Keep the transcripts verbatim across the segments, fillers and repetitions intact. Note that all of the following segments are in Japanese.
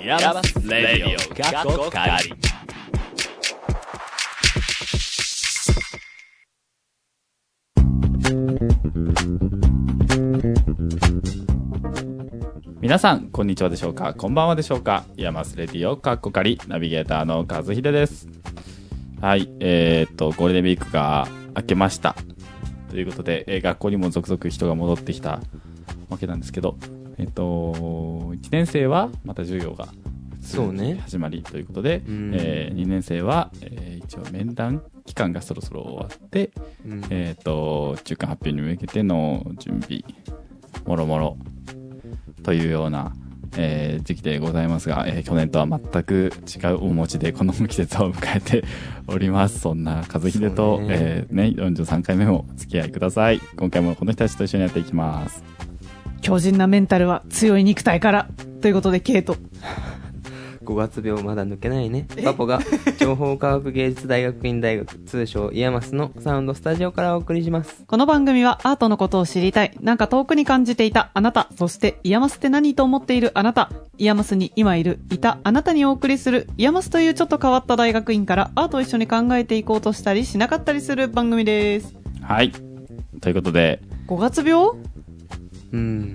ヤマスレディオ過去仮。皆さんこんにちはでしょうか、こんばんはでしょうか。ヤマスレディオ過去仮ナビゲーターの和秀です。はい、えー、っとゴールデンウィークが明けましたということで、えー、学校にも続々人が戻ってきたわけなんですけど、えっといちねん生はまた授業がそうね始まりということで、えー、にねん生は、えー、一応面談期間がそろそろ終わって、うん、えっと中間発表に向けての準備もろもろというような、えー、時期でございますが、えー、去年とは全く違う面持ちでこの季節を迎えております。そんな和秀と、ねえーね、よんじゅうさんかいめもお付き合いください。今回もこの人たちと一緒にやっていきます。 強靭なメンタルは強い肉体からということで、ケイトごがつ病まだ抜けないね。パポが情報科学芸術大学院大学通称イヤマスのサウンドスタジオからお送りします。 この番組はアートのことを知りたい、なんか遠くに感じていたあなた、そしてイヤマスって何と思っているあなた、イヤマスに今いるいたあなたにお送りするイヤマスというちょっと変わった大学院からアートを一緒に考えていこうとしたりしなかったりする番組です。 はい、ということでごがつ病、 うん、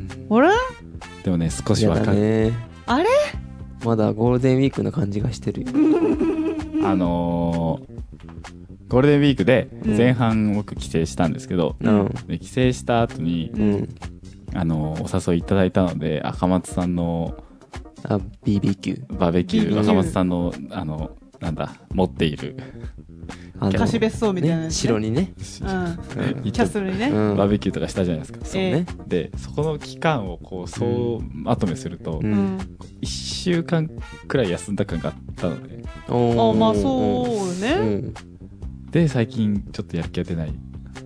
あれでもね少しわかる、 ね、 あれまだゴールデンウィークな感じがしてるよあのー、ゴールデンウィークで前半僕帰省したんですけど、うん、で帰省した後に、うん、あのー、お誘いいただいたので赤松さんのあ ビービーキューバーベキュー赤松さんのあのなんだ持っている貸し別荘みたいな、ね、 城にね、 うん、キャスルにね、 うん、バーベキューとかしたじゃないですか。 そうね。 でそこの期間をこう総まとめすると、うん、いっしゅうかんくらい休んだ感があったので、 あまあそうね、うん、 で最近ちょっとやる気が出ない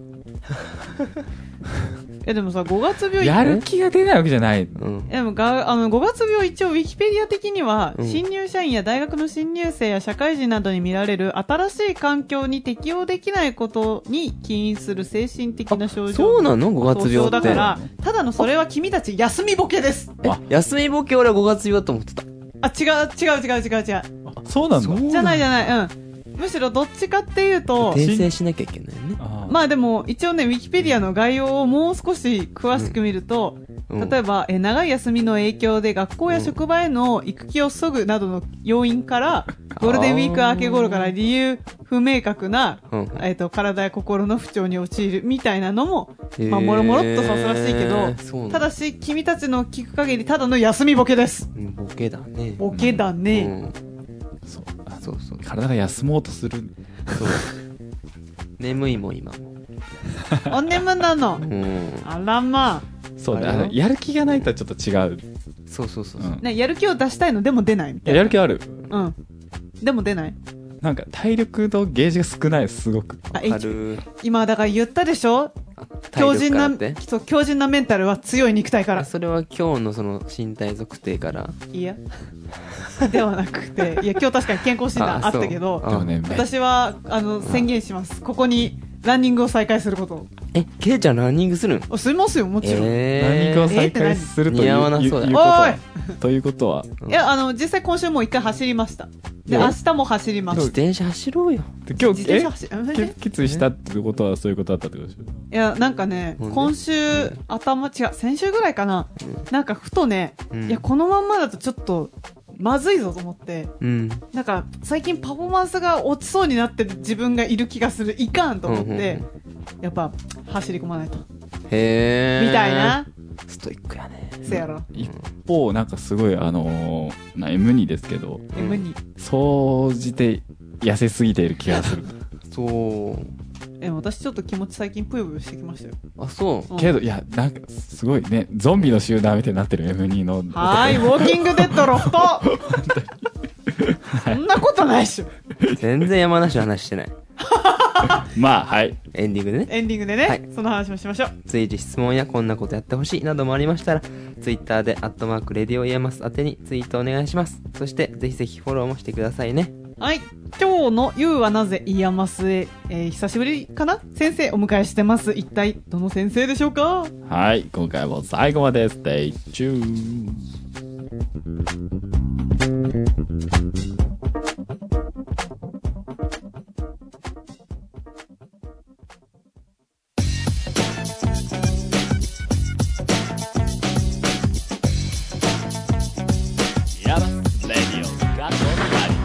えでもさごがつ病やる気が出ないわけじゃない、うん、 でもがあのごがつ病一応ウィキペディア的には、うん、新入社員や大学の新入生や社会人などに見られる新しい環境に適応できないことに起因する精神的な症状。 そうなのごがつ病って。 だからただのそれは君たち休みボケです。 え休みボケ俺はごがつ病と思ってた。 あ違う違う違う違う違う。あそうなんだ。 じゃないじゃない。うん。むしろどっちかっていうと訂正しなきゃいけないね。 あまあでも一応ねウィキペディアの概要をもう少し詳しく見ると、うん、例えばえ長い休みの影響で学校や職場への行く気をそぐなどの要因から、うん、ゴールデンウィーク明け頃から理由不明確な、うんえー、と体や心の不調に陥るみたいなのも、まあ、もろもろっとさすらしいけど、ただし君たちの聞く限りただの休みボケです。 ボケだね。 ボケだね、うんうんそうあそうそう体が休もうとするそう眠いもん今もお眠なの、うん、あらまあそうねあのやる気がないとはちょっと違う。 そうそうそう、 うんね、やる気を出したいのでも出ないみたいな。 やる気ある、 うんでも出ない。 なんか体力のゲージが少ないすごく。 あ今だから言ったでしょ、強靭なそう強靭なメンタルは強い肉体から。 それは今日のその身体測定からいやではなくて、いや今日確かに健康診断あったけど、でも、ね、私はあの宣言します。ここにランニングを再開することを。 え、ケイちゃんランニングするん？ あ、しますよもちろん、 えー、 ランニングを再開するという、 似合わなそうだいうことはということは、 うん、いやあの実際今週もう一回走りました。で明日も走ります。 自転車走ろうよ。 今日え決意したってことはそういうことだったってことでしょ。 いやなんかね今週頭違う先週ぐらいかな、うん、なんかふとね、うん、いやこのまんまだとちょっとまずいぞと思って、うん、なんか最近パフォーマンスが落ちそうになってる自分がいる気がする、いかんと思って、うんうんうん、やっぱ走り込まないとへーみたいな。 ストイックやね。 せやろ。 一方なんかすごいあのー、な エムに ですけど、 エムに総じて痩せすぎている気がするそうえ私ちょっと気持ち最近ぷよぷよしてきましたよ。 あそう、 うん、けどいやなんかすごいねゾンビの集団みたいになってる エムに のはーいウォーキングデッドロフトそんなことないっしょ全然山梨の話してないまあはいエンディングでねエンディングでね、はい、その話もしましょう。 随時質問やこんなことやってほしいなどもありましたらツイッターでアットマークレディオイヤマス宛てにツイートお願いします。そしてぜひぜひフォローもしてくださいね。 はい、今日の You はなぜイヤマスへ、えー、久しぶりかな先生お迎えしてます。一体どの先生でしょうか。 はい、今回も最後までステイチューン。 ヤマスレディオガトラリ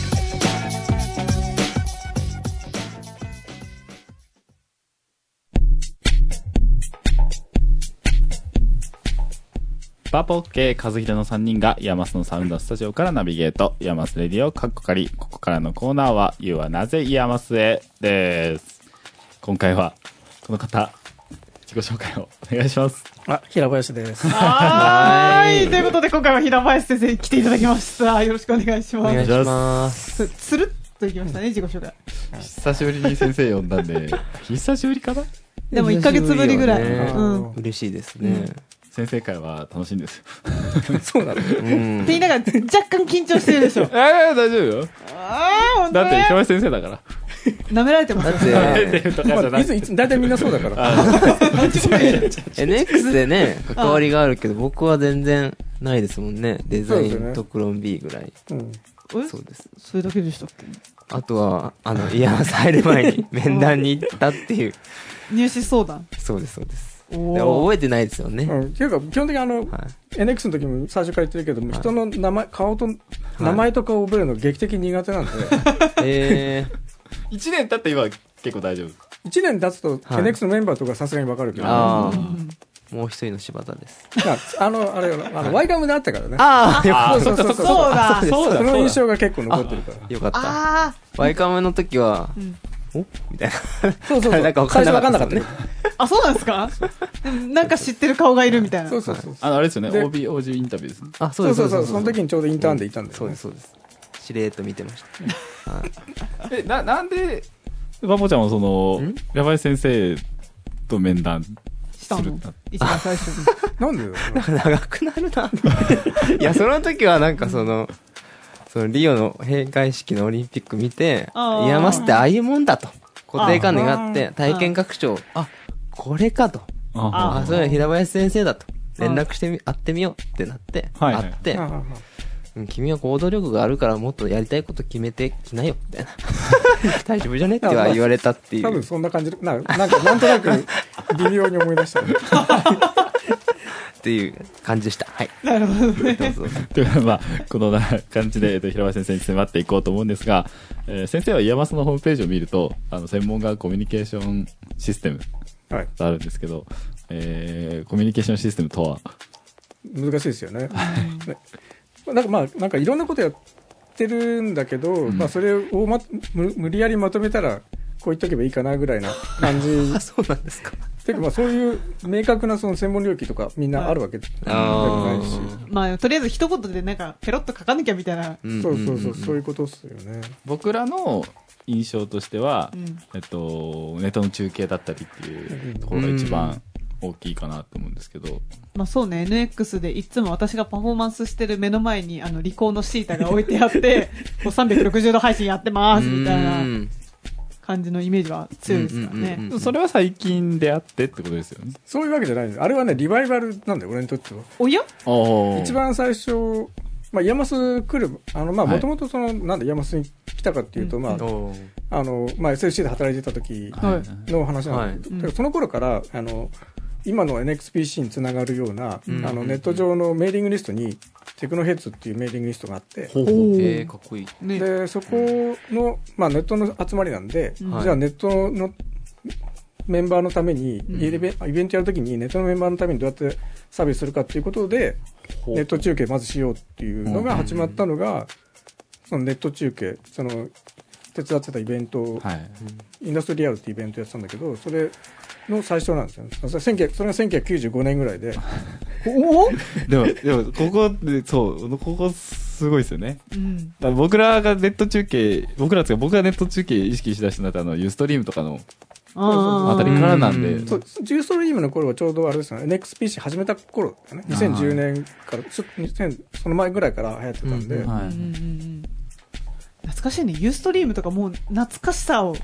パポケ和秀のさんにんがイヤマスのサウンドスタジオからナビゲート。イヤマスレディオカッコカリ。ここからのコーナーは You はなぜイヤマスへです。今回はこの方自己紹介をお願いします。 あ、平林です。 はーい。ということで今回は平林先生に来ていただきました。よろしくお願いします。 お願いします。 つつるっといきましたね、自己紹介。 久しぶりに先生呼んだんで久しぶりかな。 でもいっかげつぶりぐらい。 ねうん。 嬉しいですね。 先生会は楽しいんですよ。 そうなの。 うんって言いながら若干緊張してるでしょ。 えー、大丈夫よ。 ああ、ほんとね。 だって平林先生だから。 舐められてますよ。 だってとかじゃまあ、 ないついつ、大体みんなそうだから。 エヌエックス でね、関わりがあるけど、僕は全然ないですもんね。デザインとクロン B ぐらい。 うん。 えそうです。 それだけでしたっけ？ あとは、あの、イヤマス入る前に面談に行ったっていう。 入試相談。 そうです、そうです。 おで覚えてないですよね。 うん。っていうか、基本的にあの、 はい。 エヌエックス の時も最初から言ってるけど、 はい人の名前、顔と、名前とかを覚えるの劇的に苦手なんで、 えいちねん経って今結構大丈夫。 いちねん経つと エヌエックス のメンバーとかさすがにわかるけど、あああ、もう一人の柴田です。 あの、あれよ、あの、ワイガムであったからね。 ああ、よあーそうそうそうそう。 そうだ。 そうだその印象が結構残ってるから。 よかった。 あワイカムの時は、 んおみたいな。 そうそうそう。 なんかわかんなかった最初わかんなかったね。 あ、あ、そうなんですか？でもなんか知ってる顔がいるみたいな。 そうそうそう。 あの、あれですよね。 でオービー、オージー インタビューですね。 あ、そです。 そううそうそう。その時にちょうどインターンでいたんだよね。 そうです、そうです。しれーっと見てました。はい。 え、な、なんで、バポちゃんはそのん、 ヤバイ先生と面談したのするんだ。 一番最初に。 なんでだろうね長くなるな。いや、その時はなんかその、そのリオの閉会式のオリンピック見て、 あーイヤマスってああいうもんだと。固定観念があってあ、 体験学長、あ、これかと。 ああ、そうや、平林先生だと。連絡してみ、会ってみようってなって、 はいはい会ってあ、ああうん君は行動力があるからもっとやりたいこと決めてきなよ、みたいな。大丈夫じゃねっては言われたっていう。 多分そんな感じで、ななんか、なんとなく微妙に思い出したね。 っていう感じでした。はい。 なるほどね。 どうぞ。 というまあ、この感じで、えっと、平林先生に迫っていこうと思うんですが、えー先生はイヤマスのホームページを見ると、あの、専門がコミュニケーションシステムはい。 とあるんですけど、えー、コミュニケーションシステムとは、 難しいですよね。ねなんかまあ、なんかいろんなことやってるんだけど、 んまあそれをま無無理やりまとめたら、こう言っとけばいいかなぐらいな感じ。 あ、そうなんですか。 ていうかまあそういう明確なその専門領域とかみんなあるわけでもないし。 まあ、とりあえず一言でなんか、ペロッと書かなきゃみたいな。 うんそうそうそう、そういうことっすよね。 僕らの印象としては、 うんえっと、ネットの中継だったりっていうところが一番大きいかなと思うんですけど、 まあそうね、エヌエックス でいつも私がパフォーマンスしてる目の前に、あの、リコーのシータが置いてあって、こうさんびゃくろくじゅうど配信やってます、みたいなうん感じのイメージは強いですからね。 うんうんうんそれは最近であってってことですよね。 そういうわけじゃないんです。あれはね、リバイバルなんだよ、俺にとっては。 おや一番最初、まあ、イヤマス来る、あの、まあ、 はいもともとその、なんでイヤマスに来たかっていうと、まあ、 おーあの、まあ、エスエルシー で働いてた時はいの話なんだけど、 はいだからその頃から、あの、今の エヌエックスピーシー につながるような、 うんあの、ネット上のメーリングリストに、テクノヘッズっていうメーリングリストがあって、 ほうほう。 えー、かっこいい。 ね。 で、そこの、まあ、ネットの集まりなんで、 うんじゃあネットのメンバーのために、 うんイベイベントやるときにネットのメンバーのためにどうやってサービスするかっていうことで、ネット中継まずしようっていうのが始まったのが、そのネット中継、その、手伝ってたイベントを、 はい。 インダストリアルってイベントやってたんだけど、それの最初なんですよね。それせんきゅうひゃくそれがせんきゅうひゃくきゅうじゅうごねんぐらいで、 おおでも、でも、ここで、そう、ここすごいですよね。 うん。 だから僕らがネット中継、僕らですか、僕がネット中継意識しだしたのってあの、ユーストリームとかのああたりからなんで、 うんそう、ジューストリームの頃はちょうどあれですよね、エヌエックスピーシー 始めた頃だよね。にせんじゅうねんから、ちょっとにせんその前ぐらいから流行ってたんで、 うんはいうんうんうん。懐かしいね。ユーストリームとかもう懐かしさを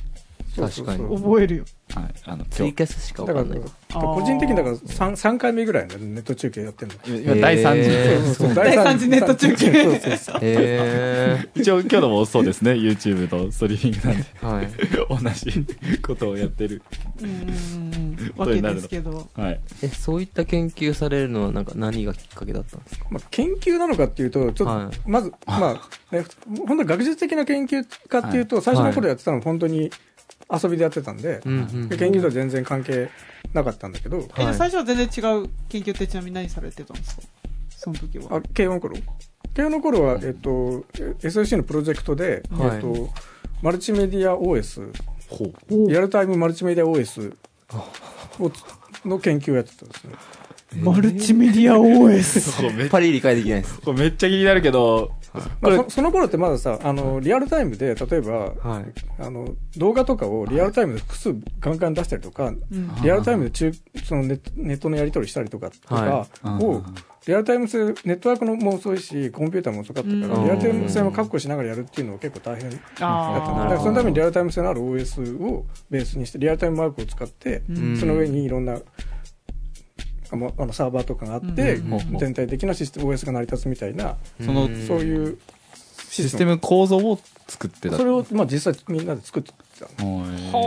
確かに。 覚えるよ。 はい。あの、 ツイキャスしかわかんない。 個人的にだから 3, 3回目ぐらいのネット中継やってるの。 今、第三次。 第三次ネット中継。 そうそうそう。 へ一応、今日のもそうですね。YouTube のストリーミングなんで。 ー。はい。 同じことをやってる。 うん。わけですけど。 はい。 え、そういった研究されるのはなんか何がきっかけだったんですか？ まあ、研究なのかっていうと、ちょっと、 はいまず、まあ、ね、本当に学術的な研究かっていうと、最初の頃やってたのは本当に遊びでやってたんで、 うんうん。 で研究とは全然関係なかったんだけど、 え、じゃあ最初は全然違う研究ってちなみに何されてたんですか？その時は。 あ、慶応の頃慶応の頃は、えっと、エスオーシー のプロジェクトで、 はいえっと、マルチメディア オーエス、 ほう。 リアルタイムマルチメディア オーエスをの研究をやってたんですね。 マルチメディア オーエス。 これめっパリ理解できないです。 これめっちゃ気になるけど、 まあ、そその頃ってまださ、あの、リアルタイムで、例えば、 はい。 あの、動画とかをリアルタイムで複数ガンガン出したりとか、 うんリアルタイムで中、そのネットネットのやり取りしたりとか、とはかを、リアルタイム性、ネットワークのも遅いし、コンピューターも遅かったから、 うんリアルタイム性も確保しながらやるっていうのは結構大変だったあだからなるほどそのためにリアルタイム性のある オーエス をベースにして、リアルタイムマークを使って、 うんその上にいろんな、あのあのサーバーとかがあって、 うんうん全体的なシステム オーエス が成り立つみたいな、 そのんそういうシステム構造を作ってた。 それを、まあ、実際みんなで作ってたの。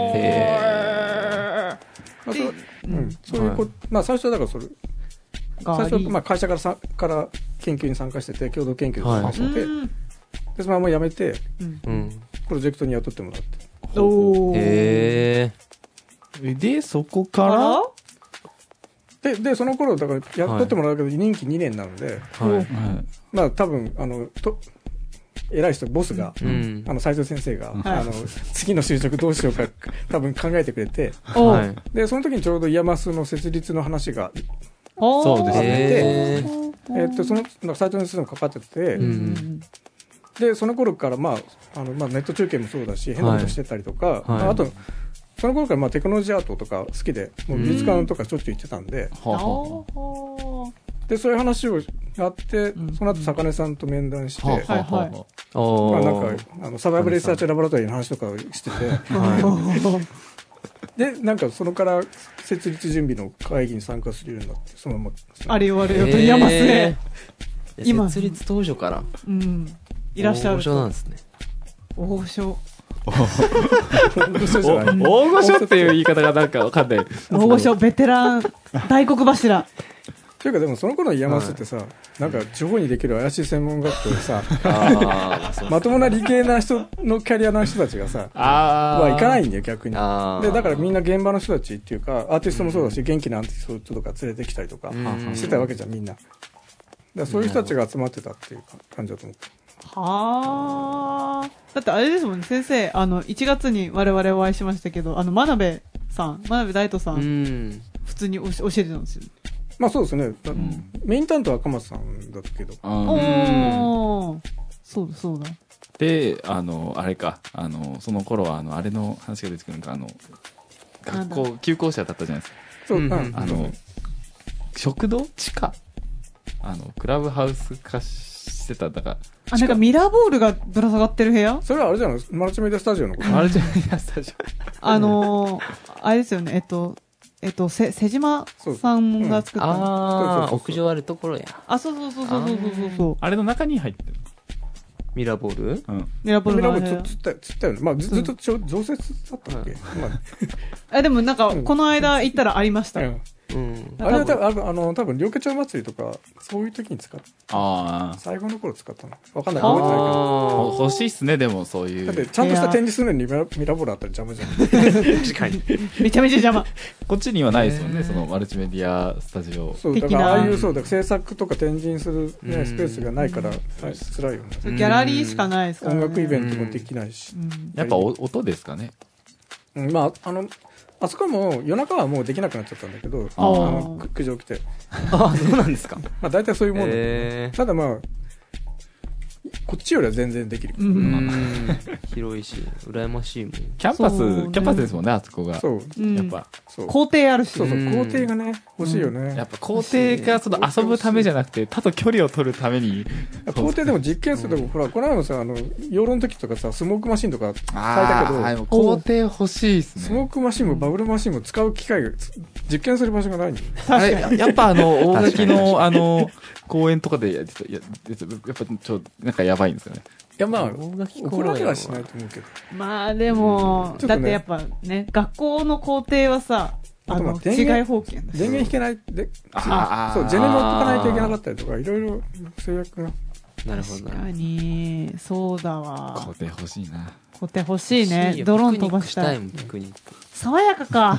へまあそれううんん、そういうこ、まあ最初はだからそれ、 ガーリー最初はまあ会社からさから研究に参加してて、共同研究に参加してて、 うんで、そのまま辞めて、 うんー。うん。 プロジェクトに雇ってもらって。 おー。 へで、そこかかららで、で、その頃、だから雇ってもらうけど、任期にねんなので、 ー。はい。 はいまあ多分、あの、と、偉い人、ボスが、 うん。 あの、斉藤先生が、 はいあの、次の就職どうしようか、多分考えてくれて、 おーはい。 で、その時にちょうどイヤマスの設立の話が、 おー。 そうですねへー。 えっと、その、なんか斉藤先生もかかってて、 うんで、その頃から、まあ、あの、まあ、ネット中継もそうだし、変なことしてたりとか、 はいまあ、あと、その頃から、まあ、テクノロジーアートとか好きで、もう美術館とかしょっちゅう行ってたんで、 はあはおー。 で、そういう話をやって、 んその後、坂根さんと面談して、 あははいあはあはおまあ、 ー。 なんか、あの、サバイバルリサーチラボラトリーの話とかをしてて、 はで、なんか、そのから、設立準備の会議に参加するようになって、そのまま、 あれよあい。 れよと言いますね。今今。設立当初から。 うん。いらっしゃる大御所なんと。 ですね。 大御所。 そうじゃない大御所っていう言い方がなんかわかんない。 大御所、ベテラン、大黒柱。 というか、でもその頃のイヤマスってさ、なんか、地方にできる怪しい専門学校でさ、 ああ、そうまともな理系な人のキャリアの人たちがさ、 あは行かないんだよ、逆に。 あーで、だからみんな現場の人たちっていうか、アーティストもそうだし、元気なアーティストとか連れてきたりとかうんしてたわけじゃん、みんな。だからそういう人たちが集まってたっていうか感じだと思う。 はあ。だってあれですもんね、先生、あの、いちがつに我々お会いしましたけど、あの、真鍋さん、真鍋大斗さ、 うんん。 普通におし教えてたんですよ。 まあそうですね。だメイン担当は赤松さんだったけど。 あ。 おー。そうだ、そうだ。 で、あの、あれか、あの、その頃は、あの、あれの話が出てくるのか、あの、 なんだ学校、休校舎だったじゃないですか。 そう、 うんうんあの、食堂地下あの、クラブハウス化してた、だかあ、なんかミラーボールがぶら下がってる部屋それはあれじゃないマルチメディアスタジオのこと。 ら、マルチメディアスタジオ。 あのー、あれですよね、えっと、えっと、せ、瀬島さんが作ったの。 あそうそうあ、 そう屋上あるところや。 あ、そうそうそうそうそうそうそう。 あれの中に入ってる。 ミラーボールうん。 ミラーボールミラボの部屋つった、つったよね。まあずずっとちょ常設だったっけ、まあ、でもなんか、 うんこの間行ったらありました。 あ、うんうん。 あれは多分、あの、あの多分、両家町祭りとか、そういう時に使っああ。 最後の頃使ったの。わかんない。 あー覚えてないほ欲しいっすね、でも、そういう。 けど。だって、ちゃんとした展示するのにミラミラボールあったら邪魔じゃん。 確かに。 めちゃめちゃ邪魔。 こっちにはないですよね、そのマルチメディアスタジオ。 そう、だ的なから、ああいう、そうだ、制作とか展示する、ね、 うんスペースがないから、はい辛いよね。 ギャラリーしかないですからね。 音楽イベントもできないしう。ん。 やっぱお音ですかね。 うんまあ、あの、あそこも夜中はもうできなくなっちゃったんだけど、ああーのく苦情来て。 ああ、そうなんですか。 まあ大体そういうもんだけど、 へーただまあ、 こっちよりは全然できる。 う。 うんん。広いし、羨ましいもん。 キャンパス、 そうねキャンパスですもんね、あそこが。 そう。 うんやっぱ、 そう。 校庭あるし。 そうそう、 うん校庭がね、欲しいよね。 やっぱ校庭がその遊ぶためじゃなくて、ただ距離を取るために。 校庭でも実験すると、ほら、この間もさ、あの、養老の時とかさ、スモークマシンとか変えたけど、 ああ、校庭欲しいですね。 スモークマシンもバブルマシンも使う機会が、実験する場所がないんだよ。 あれ、やっぱあの、大垣確かにの、あの、公園とかでやってた、や、やっぱちょっと、なんかやばいんですよね。 いや、まあ、 大垣公園怒られはしないと思うけど。 まあでも、 うんだってやっぱね、学校の校庭はさ、あの、 あとまあ電違い源放棄だし。 電源引けない、で、 あーそう、ジェネ持っとかないといけなかったりとか、いろいろ制約が。 なるほど確かな。 に、そうだわ。 校庭欲しいな。 校庭欲しいね。ドローン飛ばしたい。 ピクニックしたいもん、ピクニック。 爽やかか。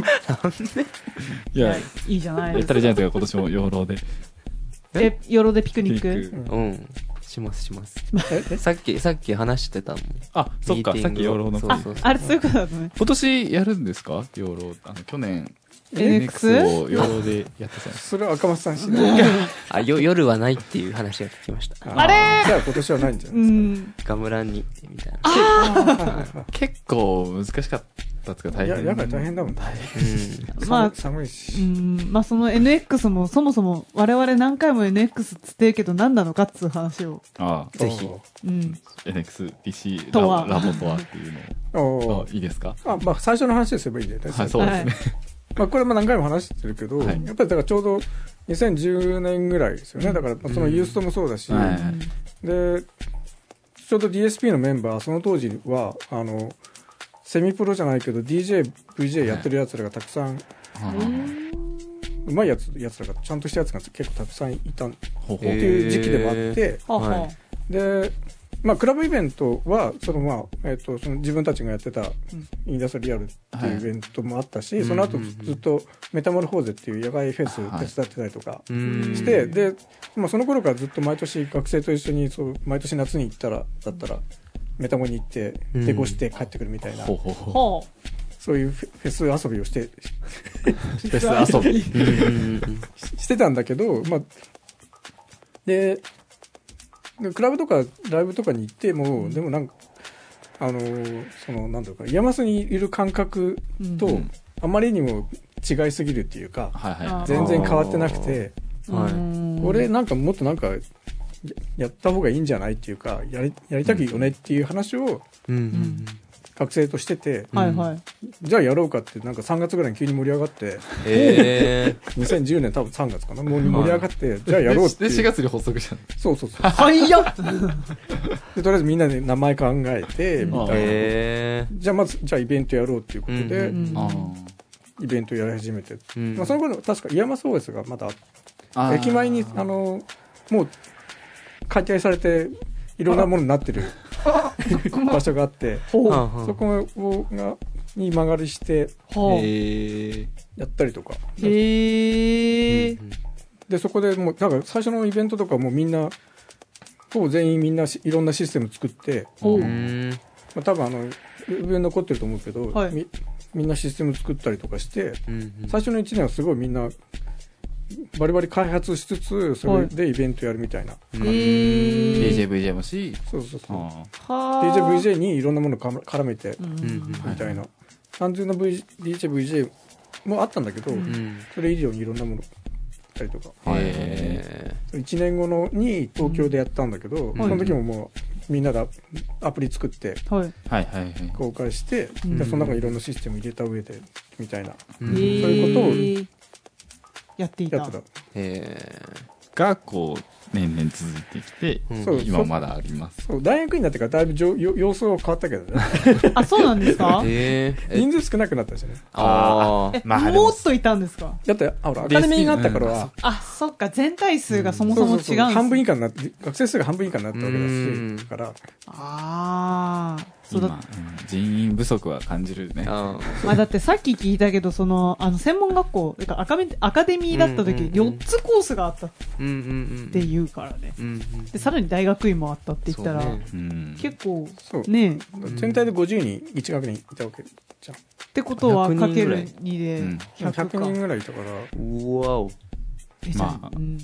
いや、 いいじゃないエですか。 タレジャイアンツが今年も養老で。 え、よろでピクニッピクニクックうん。しますします。 え、えさっき、さっき話してたもん。 あ、そっか、さっき養老の。 あそうそうそう、 あれそういうことだったね。 今年やるんですか養老。あの、去年、 エヌエックスを養老でやってたんです。 それは赤松さんしない。 あ、よ、夜はないっていう話が聞きました。 あれーじゃあ今年はないんじゃうないですん。 ガムランに、みたいな。 か。 結構難しかったですか、大いや、 変。 やばい大変だもんね。 うん。 まあう寒いし。 ん、まあその エヌエックス もそもそも我々何回も エヌエックス つってるけど何なのかっつう話を。 ああ、 ぜひうん。 エヌエックスピーシーとはラボラボとはっていうのを。 おーあいいですかあ、まあ最初の話ですればいいんだよね。 はい、そうですね。 まあこれも何回も話してるけど、 はいやっぱりだからちょうどにせんじゅうねんぐらいですよね。だからまあそのユーストもそうだし、 はいで、ちょうど ディーエスピー のメンバー、その当時は、あの、セミプロじゃないけど ディージェー、ブイジェー やってる奴らがたくさん、うまいやつ、やつらが、ちゃんとしたやつが結構たくさんいたってほうほう。 いう時期でもあって、 はあはあはいで、まあ、クラブイベントは、そのまあ、えっ、と、その自分たちがやってたインダストリアルっていうイベントもあったし、 はいその後うんうんうんずっとメタモルフォーゼっていう野外フェスはい手伝ってたりとかうんして、で、まあ、その頃からずっと毎年学生と一緒に、そう、毎年夏に行ったら、だったら、メタモに行って、 うんデコして帰ってくるみたいな、 ほうほうほう。 ほそういうフェフェス遊びをして、 フェス遊び。 うんうんうんしてたんだけど、まあ、で、でクラブとかライブとかに行っても、でもなんか、あのーその、なんだろうか、イヤマスにいる感覚と、 うんあまりにも違いすぎるっていうか、 はいあはい。 全然変わってなくて、 う。 はいうんこれなんかもっとなんか、ややった方がいいんじゃないっていうか、やり、やりたくよねっていう話をうんうん学生としてて、 はいはい。 じゃあやろうかって、なんかさんがつぐらいに急に盛り上がって、 えにせんじゅうねん多分さんがつかな、もう盛り上がって、じゃあやろうってで、 いう。 しがつに発足したの。 そうそうそう。 はいやで、とりあえずみんなで名前考えて、みたいな。 えじゃあまず、じゃあイベントやろうっていうことで、 うんあイベントやり始めて。 うんまあ、その頃、確かイヤマス オーエス がまだあって、 あ。 駅前に、あの、もう、解体されて、いろんなものになってる場所があって、 ほう。 ーそこをがに曲がりしてほう。へえやったりとか。 え。 で、そこでもう、なんか最初のイベントとかもうみんな、ほぼ全員みんなしいろんなシステム作って、 ほうう。んまあ、多分あの、上に残ってると思うけど、 はいみみんなシステム作ったりとかして、 うん最初のいちねんはすごいみんな、バリバリ開発しつつ、それでイベントやるみたいな。 へディージェー、 え。 ブイジェー もし、 そうそうそう。 あはディージェー、ブイジェェー にいろんなものをかま絡めて、 うんうんみたいな。単純な V- ディージェー、ブイジェー もあったんだけど、 うんうんそれ以上にいろんなものたりとか。 あ。 えいちねんごのに東京でやったんだけど、 んその時ももうみんなでアプリ作ってはい。 はいはいはい。 公開して、 うんでその中にいろんなシステム入れた上で、みたいな、 うんへえ。 そういうことをやっていた。 やってた。 えが、こう、年々続いてきて、 うんそう今まだあります。 そう、大学院になってからだいぶじょよ様相は変わったけどね。 あ、そうなんですかええ人数少なくなったしね。 あえ、 まあでももっといたんですかだって、あ、ほら、アカデミーがあった頃は、 あ、そっか、全体数がそもそも違うんですね半分以下になって、学生数が半分以下になったわけうんだし、から、 ああ。そう今、 だ。 うん人員不足は感じるね。 あまあだってさっき聞いたけど、その、あの、専門学校、てかアカメアカデミーだった時、 うんうんうんよっつコースがあったっうんうんうんて言うからね。 うんうんで、さらに大学院もあったって言ったら、 そうねうん。 結構、 そう。 ね全体でごじゅうにん、いち学年いたわけじゃん。 ってことは、 ひゃくにんかけぐらいるにでうんひゃくか。 ひゃくにんぐらいいたから、 うわおえじゃあまあうん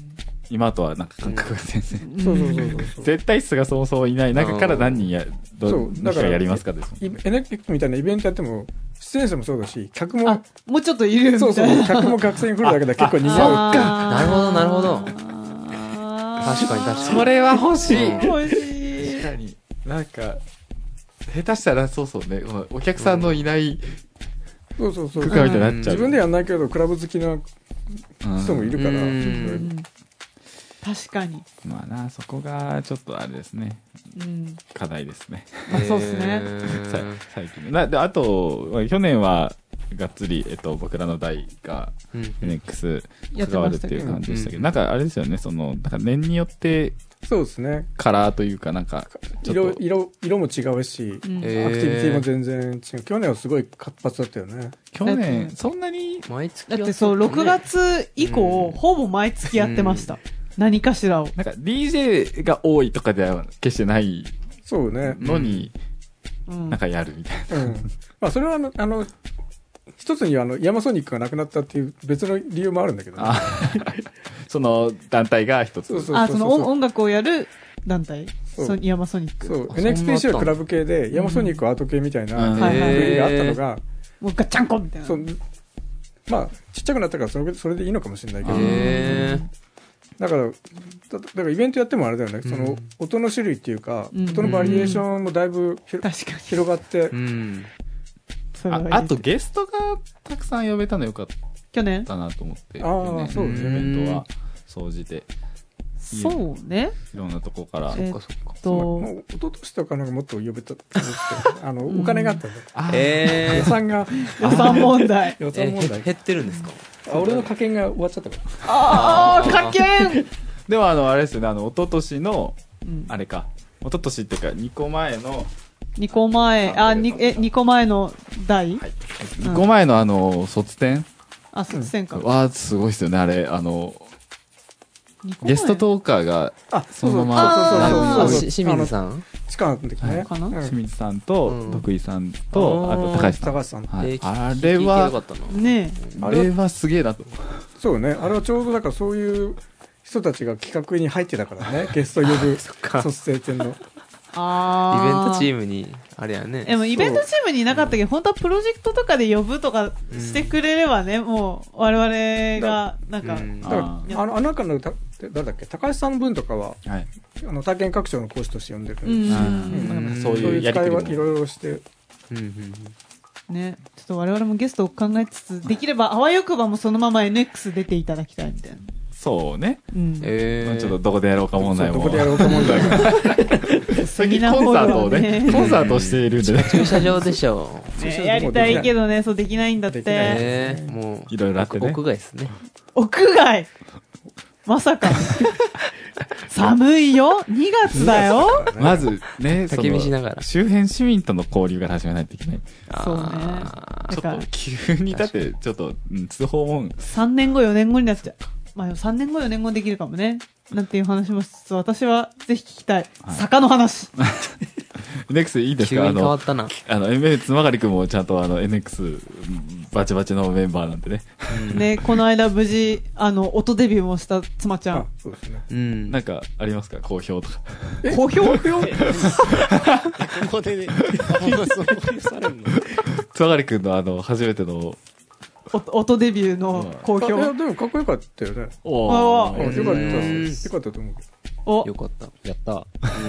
今とはなんか感覚が全然。 そうそうそうそう。 絶対数がそもそもいない中から何人や、どそうう、だからやりますかですもん。 エヌエックス みたいなイベントやっても、出演者もそうだし、客も、 あ、もうちょっといるみたそいうな。 そう、客も学生に来るだけで結構賑わあーなるほどなるほどあー確かに確かにそれは欲しい。 欲しい。 確かに。なんか、下手したらそうそうね、お客さんのいないう。そうそうそう。 空間みたいになっちゃう。 自分でやんないけど、クラブ好きな人もいるから、 うんうん確かに。 まあな、そこがちょっとあれですね。 うん。 課題ですね。 まあそうっすね。 さ最近ね。なで、あと、まあ去年は、がっつり、えっと、僕らの代が、 うんエヌエックスやって関わましたけどるっていう感じでしたけど、 うんなんかあれですよね、その、なんか年によってそうですね。 カラーというか、なんか、ちょ色っ、と、 色、色も違うし、 うんえアクティビティも全然違う。去年はすごい活発だったよね。 去年、そんなに、 毎月だってそう、ろくがつ以降、 うんほぼ毎月やってました。何かしらを。 なんか ディージェー が多いとかでは決してないそうね。 のに、 うんなんかやるみたいな。 うん。まあ、それはあの、あの、一つにはあの、ヤマソニックがなくなったっていう別の理由もあるんだけどね。 あその団体が一つ。 そうそうあ、その音音楽をやる団体。 そうソニヤマソニック。 そう、 あエヌエックスピーシーそんなあったはクラブ系で、ヤマソニックはアート系みたいな、 うんふうはいはいにがあったのが、 もうガッチャンコみたいな。 そう、まあ、ちっちゃくなったからそれそれでいいのかもしれないけど、 へだから、だだからイベントやってもあれだよね、その、音の種類っていうか、 うん音のバリエーションもだいぶひろ確かに。 広がってー、うんあそれはいいあとゲストがたくさん呼べたのよかっ去年たなと思って。 あーそうねイベントは、総じて、 そうね。 いろんなとこから。 えそっかそっかと、 もう、一昨年とかなんかもっと呼べた、あの、お金があったんだ。 あーえ予算が、 予算問題。 予ー、 算問題。 え減ってるんですかあ、俺の課金が終わっちゃったから。 ああ、かけんでもあの、あれですよね、あの、一昨年の、 うんあれか、一昨年っていうか、にこまえの、 にこまえ、あ、に、え、にこまえの代はいにこまえのあの、卒展あ、卒戦か。 は、すごいですよね、あれ、あの、 にこまえゲストトーカーが、 あ、 そのままあーあそうそうそうそう。 し清水さん地下の時ね。 かなうん清水さんと、 うん徳井さんと、ああーと高橋さん。 高橋さん。 はいえーあ聞いてよれはか、ったなねあれはすげえなと。 そうね。あれはちょうどだからそういう人たちが企画に入ってたからね。ゲスト呼ぶか卒生展の。 え。あイベントチム。 ームにあれやねでもイベントチームにいなかったけど、本当はプロジェクトとかで呼ぶとかしてくれればね、もう我々が、なんか、 うんだからあーあの、あの中のた、誰だっけ高橋さんの分とかは、 はい。 あの、体験拡張の講師として呼んでる。 うんあうんーそうそういういうやり使いはいろとりも。 いろして。 うんうんね、ちょっと我々もゲストを考えつつ、できればあわよくばもそのまま エヌエックス 出ていただきたいみたいな。 そうね。 うん。 えーまあちょっとどこでやろうか問題も。 そうどこでやろうか問題が。 最近コンサートをね、コンサートをしているんでね。 駐車場でしょねやりたいけどね、そうできないんだって。 できないえー、もういろいろあってね屋外ですね屋外まさか。寒いよ !にがつだよまずね、そ焚き火しなのがら周辺市民との交流から始めないといけない。 そうねあちょっとだから急に、だって、ちょっと、うん通報も、 さんねんご、よねんごになっちゃう。まあさんねんご、よねんごできるかもね。なんていう話もしつつ、私はぜひ聞きたい。 はい坂の話。 ネクスいいです急にかあの、 変わったなあの、エムエム つまがりくんもちゃんとあの、エヌエックス バチバチのメンバーなんでね。 ね、この間無事、あの、音デビューもした妻ちゃあん。、 そうですね。 うんなんか、ありますか好評とか。 好評ここでね、そうされるの。 つまがりくんのあの、初めての、 お音デビューの好あいや、 評。 でもかっこよかったよね。 おああよかったうんです。よかったと思うけど。 およかったやった。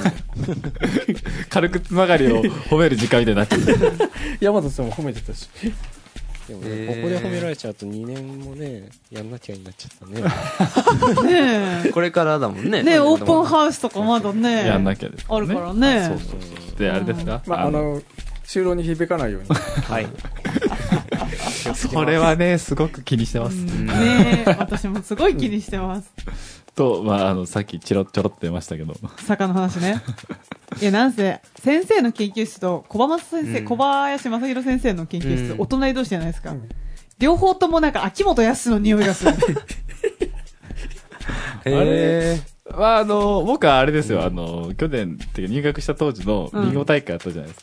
軽くつまがりを褒める時間みたいになっちゃって。 山田さんも褒めてたし。 でもね、 えーここで褒められちゃうとにねんもね、やんなきゃになっちゃったね。 ねこれからだもんねえ。ねえ、オープンハウスとかまだね。 やんなきゃですあるからね。 そうそうそう。で、あれですかまあ、あ、の、就労に響かないように。 はい。 それはね、すごく気にしてます。 うんねえ、私もすごい気にしてます。 と、まあ、あの、さっきチロちょろって出ましたけど。 坂の話ね。いや、なんせ、先生の研究室と小林先生、 うん小林正弘先生の研究室、 うんお隣同士じゃないですか。 うん両方ともなんか秋元康の匂いがする。 えまあ、あの、僕はあれですよ、あの、去年、っていうか入学した当時のビンゴ大会あったじゃないですか。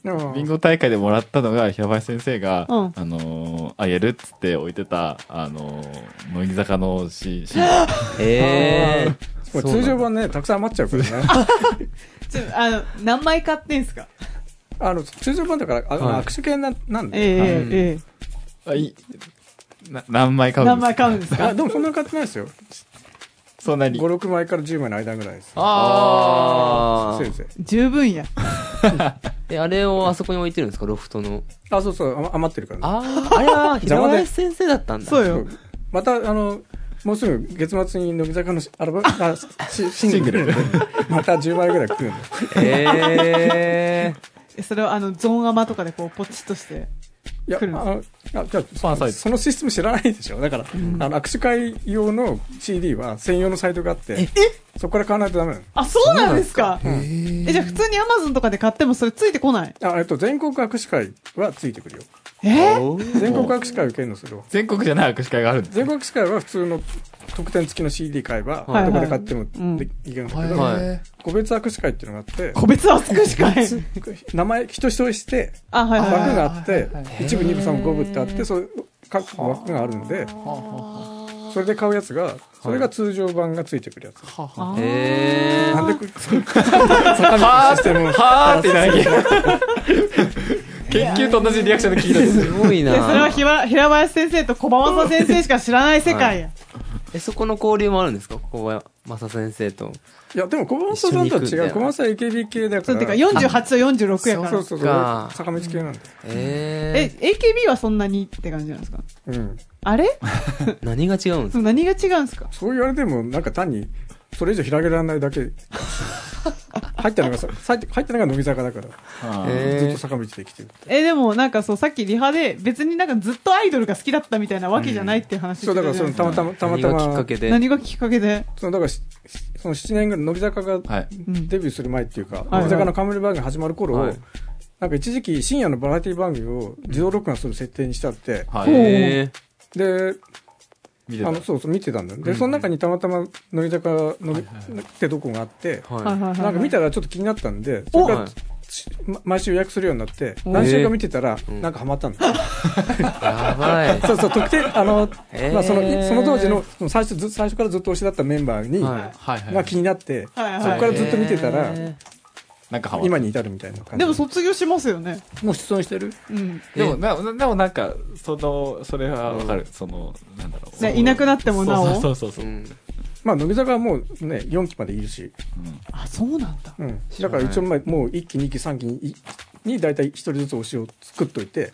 ビンゴ大会でもらったのが、平林先生が、 うんあのー、あげるっつって置いてた、あのー、乃木坂のシシえこれ通常版ね、たくさん余っちゃうからね。 ちょ、あの、何枚買ってんすか？ あの、通常版だから、あはい握手券ななんで。 ええうんええあいいな何枚買うんですか？ 何枚買うんですあ、 か？ でもそんなに買ってないですよ。 そんなに。 ご、ろくまいからじゅうまいの間ぐらいです。 あせいぜい。 十分や。 え、あれをあそこに置いてるんですか、ロフトの。 あ、そうそう、余余ってるからね。 ああ、あれは平林先生だったんだ。 そうよ。 また、あの、もうすぐ月末に乃木坂のアルバム、あ、シシングル。またじゅうまいぐらい来るんで。 ええそれをあの、ゾーンアマとかでこう、ポチッとして。 いや、あ来るんの、あ、じゃあファンサイトそのシステム知らないでしょ。だから、あの、握手会用の シーディー は専用のサイトがあって、そこから買わないとダメなの。 あ、そうなんですか？ ー。 え、じゃあ普通にアマゾンとかで買ってもそれついてこない？ あ、えっと、全国握手会はついてくるよ。 えおー全国握手会を受けるのするわ。 全国じゃない握手会があるんです。 全国握手会は普通の特典付きの シーディー 買えば、 はいどこで買ってもうんでいけるんだけど、 はい個別握手会っていうのがあって、 個別握手会。 名前人一人して、 あ、はいはいはい。 枠があって、一部、二部、三部、五部ってあって、そう各枠があるんで、それで買うやつが、それが通常版がついてくるやつ。 あーえなんでこ、坂道のシステムを。 はーって何研究と同じリアクションで聞いたんですー、すごいで、それはな。 平平林先生と小葉正先生しか知らない世界や。 え、そこの交流もあるんですか、小林正先生と。 いや、でも小松さんとは違う。小松さん エーケービー 系だから。 そう、てかよんじゅうはちとよんじゅうろくやから。 そうそうそう。 か坂道系なんだよ。 え、 えエーケービー はそんなにって感じなんですか？ うん。 あれー、何が違うんですか？ そう何が違うんですか？ そう言われても、なんか単に、それ以上広げられないだけ。入ったのがさ、入って入ったのが乃木坂だから、 あーえーずっと坂道で生きてるって。 え、でもなんかそう、さっきリハで別になんかずっとアイドルが好きだったみたいなわけじゃないっていう話してそう、 ただからその、 じゃないですか。 たまたま、たまたま何がきっか、けで。 何がきっかけで？ その、だからし、そのななねんぐらい、乃木坂がはい。 うんデビューする前っていうか、 はい乃木坂の冠番組始まる頃、 はいなんか一時期深夜のバラエティ番組を自動録画する設定にしてあって、 はい。 えで、 見てたあの、そうそう見てたんだよ。で、 うんその中にたまたま乃木坂のってどこがあって、 ー、 はいはいはいはい。 なんか見たらちょっと気になったんで、それからはいしま毎週予約するようになって、 お何週か見てたらう、んなんかハマったんだよ。 やばい。 そうそう、特定、あの、 えーまあその、その当時の、その最初ず、最初からずっと推しだったメンバーに、 ははいはい。 が気になって、 はいはいそこからずっと見てたら、 えなんかハマった今に至るみたいな感じ。 でも卒業しますよね。 もう質問してるうん。 でも、な、でもなんか、その、それはわかる。その、なんだろう。 ねいなくなってもなおそうそうそうそうう。 ん。 まあ、乃木坂はもうね、よんきまでいるし、 うんあ、そうなんだ。 うん。だから一応、まあ、もういっき、にき、さんきに、いに大体一人ずつ推しを作っといて、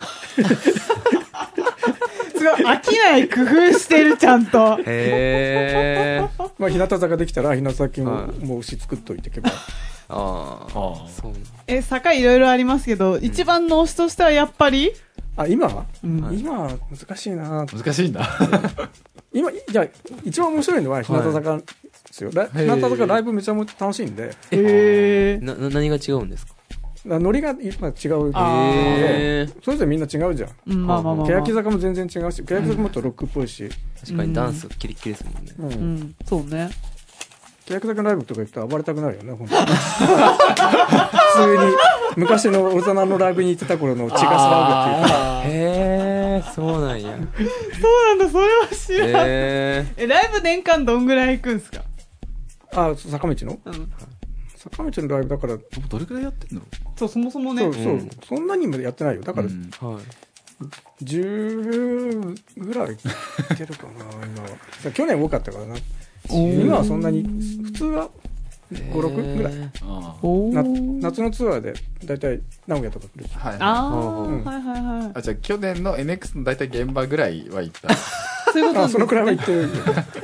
すごい、飽きない工夫してる、ちゃんと。 へー。 まあ、日向坂できたら、日向坂も、 はいもう推し作っといてけば、 ああ。 ああそうなんだ。 え、坂いろいろありますけど、一番の推しとしてはやっぱり、 あ、今は、 うんはい今は難しいな難しいんだ。 今、じゃあ一番面白いのは日向坂ですよ。ラ日向坂ライブめちゃめちゃ楽しいんで、 へー。 な、な、何が違うんですか？ ノリが今違うあーへー。 それぞれみんな違うじゃん。 うん、まあまあまあ、まあ。 欅坂も全然違うし、欅坂もっとロックっぽいし、 確かにダンスキリッキリですもんね。 うんうん、そうね。 欅坂のライブとか行ったら暴れたくなるよね、本当に。普通に、昔の大人のライブに行ってた頃の血が騒ぐっていうか、 へー、そうなんや。 そうなんだ、それは知らない。 へえ、ライブ年間どんぐらい行くんすか？ あ、坂道のうん。 坂道のライブだから、 どれくらいやってんのそう、そもそもね。 そうそう、 うんそんなにもやってないよ。だから、 うんー。はい。 じゅうぐらいいってるかな、今は。去年多かったからな。今はそんなに、普通はご、ろくぐらい。 へー。 あなおー。 夏のツアーで、だいたい名古屋とか来る。 あはい。 あうんー、はいはいはい。 あ、じゃあ去年の エヌエックス の大体現場ぐらいは行った。 そういうことなあ、 んですそのくらいは行ってる。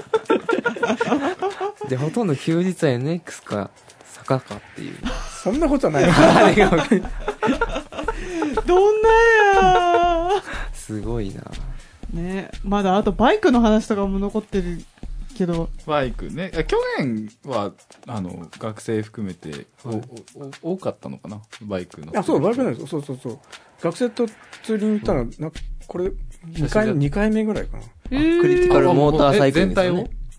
で、ほとんど休日は エヌエックス か坂かっていう。 そんなことはない。 どんなやすごいな。 ー。ね、まだあとバイクの話とかも残ってるけど、 バイクね。あ去年は、あの、学生含めて、おおお多かったのかなバイクの。 あ、そう、バイクなんですよ。そうそうそう。学生とツーリング行ったの、なんか、これ、にかい、 写真二回目ぐらいかな。 えークリティカルモーターサイクルですよねえ全体を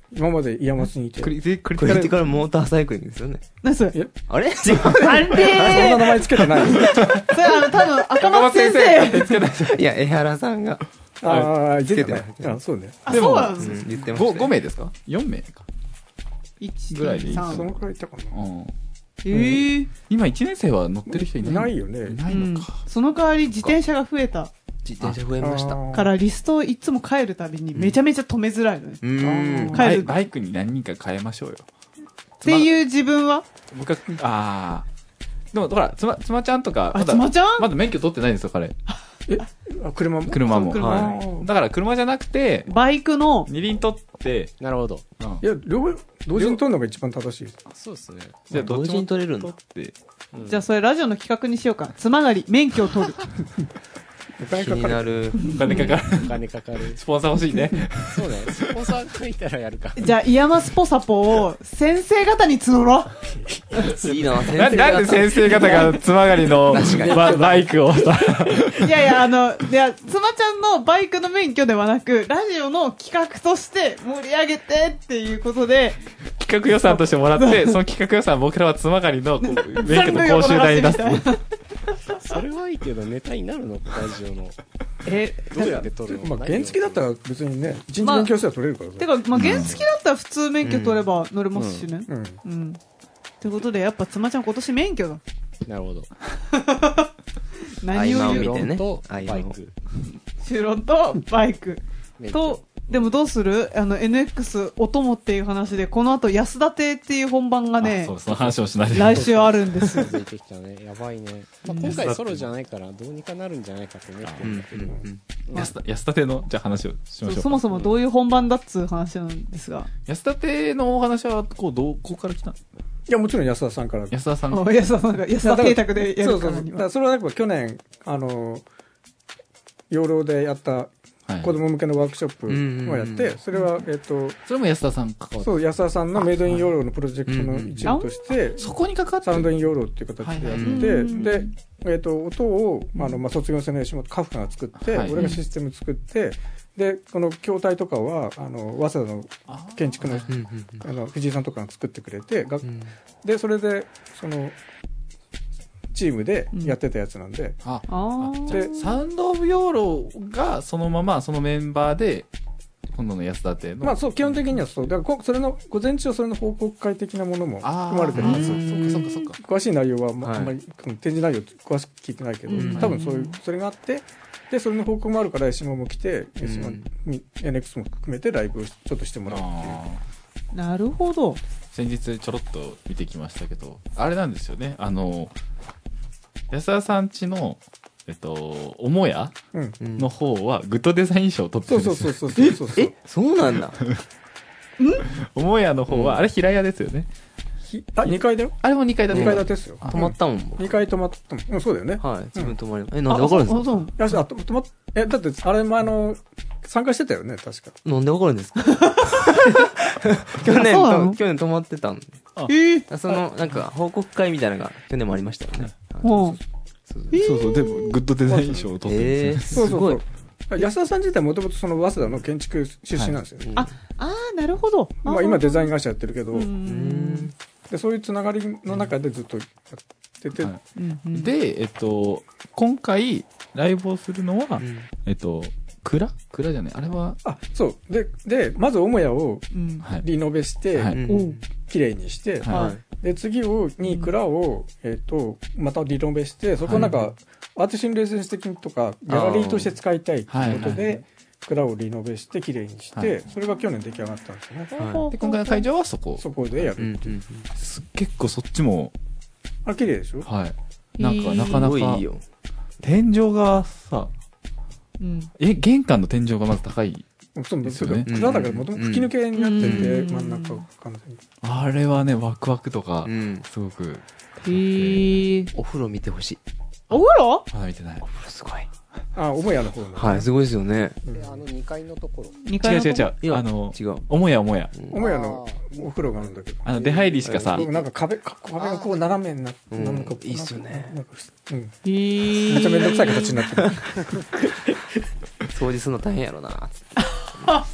今までイヤマスにいて。 クリ、クリテクリティィカル。 カルモーターサイクリングですよね。 何それいやあれ違う。 あそんなれ名前つけてない。 それあの、多分、赤松先生。 いや、江原さんが。 ああ、 つけてないあ、そうね。 あ、 でもそうなんですうん、言ってましたご、 よ。 ご名ですか ?よん 名か。 いち、 ぐらいでいいさんそのくらいいたかな。 うん。 ええ。 今いちねん生は乗ってる人いないないよねいないうんのか。 その代わり自転車が増えた自転車増えました。うからリストをいつも帰るたびにめちゃめちゃ止めづらいのね。 ーん。 帰るバイバイクに何人か変えましょうよ。 っていう自分は僕は、ああ。でも、ほら、つま、つまちゃんとか、 あ、 まだつまちゃんまだ免許取ってないんですよ、彼。 あ、車も車も。 車はい。だから車じゃなくて、 バイクの、 二輪取って、 なるほど。 うんいや、両、同時に撮るのが一番正しい。 そうですね。 じゃあどっちも同時に取れるんだ。 取って、 じゃあそれラジオの企画にしようか。つまがり、免許を取る。 お金気かかる。 になる。 お金かかる。 お金かかる。 スポンサー欲しいね。 そうね。スポンサー書いたらやるか。 じゃあ、イヤマスポサポを先生方に募ろう。 いいな、先な生なんで先生方がつまがりのババイクをさ、 いやいや、あの、いや、つまちゃんのバイクの免許ではなく、ラジオの企画として盛り上げてっていうことで、 企画予算としてもらって、その企画予算僕らはつまがりのこう免許の講習代に出す。 それはいいけど、ネタになるのラジオの。 え、 どうやって撮るのまあ、原付だったら別にね、一日まあ勉強したら取れるからさ。 てか、まあ、原付だったら普通免許取れば乗れますしね。 うん。 うん。ってことで、やっぱつまちゃん今年免許だ。 なるほど。 何を言う合間を見てねと合間をバイク。 修論とバイク。 免許と、でもどうするあの エヌエックス お供っていう話で、この後安田亭っていう本番があねそ、う、その話をしないで。 来週あるんですよ。 出てきたね。やばいね。まあ、今回ソロじゃないから、どうにかなるんじゃないかと思ってうんんだけど。 うん安田、安田亭の、じゃあ話をしましょう。 そもそもどういう本番だっつう話なんですが。 安田亭のお話は、こう、どこから来たのいや、もちろん安田さんから。 安田さんが。 お安田さんが、安田邸宅でやそうそうそう。 るからには。 だからそれはやっぱ去年、あの、養老でやったはい子供向けのワークショップをやっうんうんて、それは、えっと、 それも安田さん関わってそう、安田さんのメイドイン養老のプロジェクトの一部として、 そこに関わってるサウンドイン養老っていう形でやって、 はいはいで、えっと、音を、あの、まあ、卒業生の吉本カフカが作って、 はい俺がシステム作って、で、この筐体とかは、あの、早稲田のあー建築の、 うんうんあの、藤井さんとかが作ってくれて、がうんで、それで、その、チームでやってたやつなんで、 あ、 あじゃあーでサウンドオブヨーロがそのままそのメンバーで今度の安田亭のまあそう、基本的にはそう。だからこ、それの、午前中はそれの報告会的なものもあー含まれてるはず。 あそっかそっかそっか詳しい内容は、まあはいあんまり、うん展示内容詳しく聞いてないけど、 うん多分そういう、それがあって、で、それの報告もあるから、江島も来て、江島うんに エヌエックス も含めてライブをちょっとしてもらうっていう。 あーなるほど。 先日ちょろっと見てきましたけどあれなんですよねあの安田さんちのえっと母屋うん。 うんの方はグッドデザイン賞を取ってそうるんですよそうそうそうそうそう。 え、そうなんだ。 母屋の方は、あれ平屋ですよねひあ、にかいだよ。 あれもにかいだにったかい建てですよ。 止まったもん、僕。 にかい止まったもん。うん、そうだよね。 はい、自分止まりまえ、なんでわかるんですかあそうよし、あ、と止まっ、え、だって、あれもあの、参加してたよね、確か。 なんでわかるんですか去年あそうなのと、去年止まってたんで。 えー、 その、なんか、報告会みたいなのが去年もありましたよね。 うん。 そうそうそうでもグッドデザイン賞を取ってるんえー、 ですよ、 すごいそうそうそう。安田さん自体もともとその早稲田の建築出身なんですよね。 あ、あー、なるほど。 まあ今デザインが会社やってるけど、 ううーん。 ん。 で、そういうつながりの中でずっとやってて、 はいうんうん、 でえっと今回ライブをするのは、 うんえっと蔵蔵じゃないあれはあ、そう。で、で、まず母屋をうん。 はいリノベして、 はいうんおう綺麗にして、 はいはい。 で、次を、に蔵を、えっ、と、またリノベして、そこをなんか、 はアーティストレジデンス的にとか、ギャラリーとして使いたいっていうことはいで、蔵をリノベして綺麗にして、 はいそれが去年出来上がったんですよね。 はで今回の会場はそこそこでやうんる。 うん。 す結構そっちもあ、綺麗でしょはいなんかへーすなかなかごいいいよ。 天井がさうん。 え玄関の天井がまず高いそうですよね蔵だからもともと吹き抜けになってて、 うん真ん中を完全に。 あれはねワクワクとかうん。 すごくへー。 お風呂見てほしい。 お風呂まだ見てないお風呂すごい。 あ、母屋の方の、 はい、すごいですよね。 で、あのにかいのところ。 二違階のとこう違う違ういやあの違う。 母屋母屋母屋のお風呂があるんだけど。 あの出入りしかさ僕なんか壁、か壁がこう斜めになって、 うんなんかいいっすよねなんかうん。 へー。 めっちゃめんどくさい形になってる。 掃除するの大変やろな。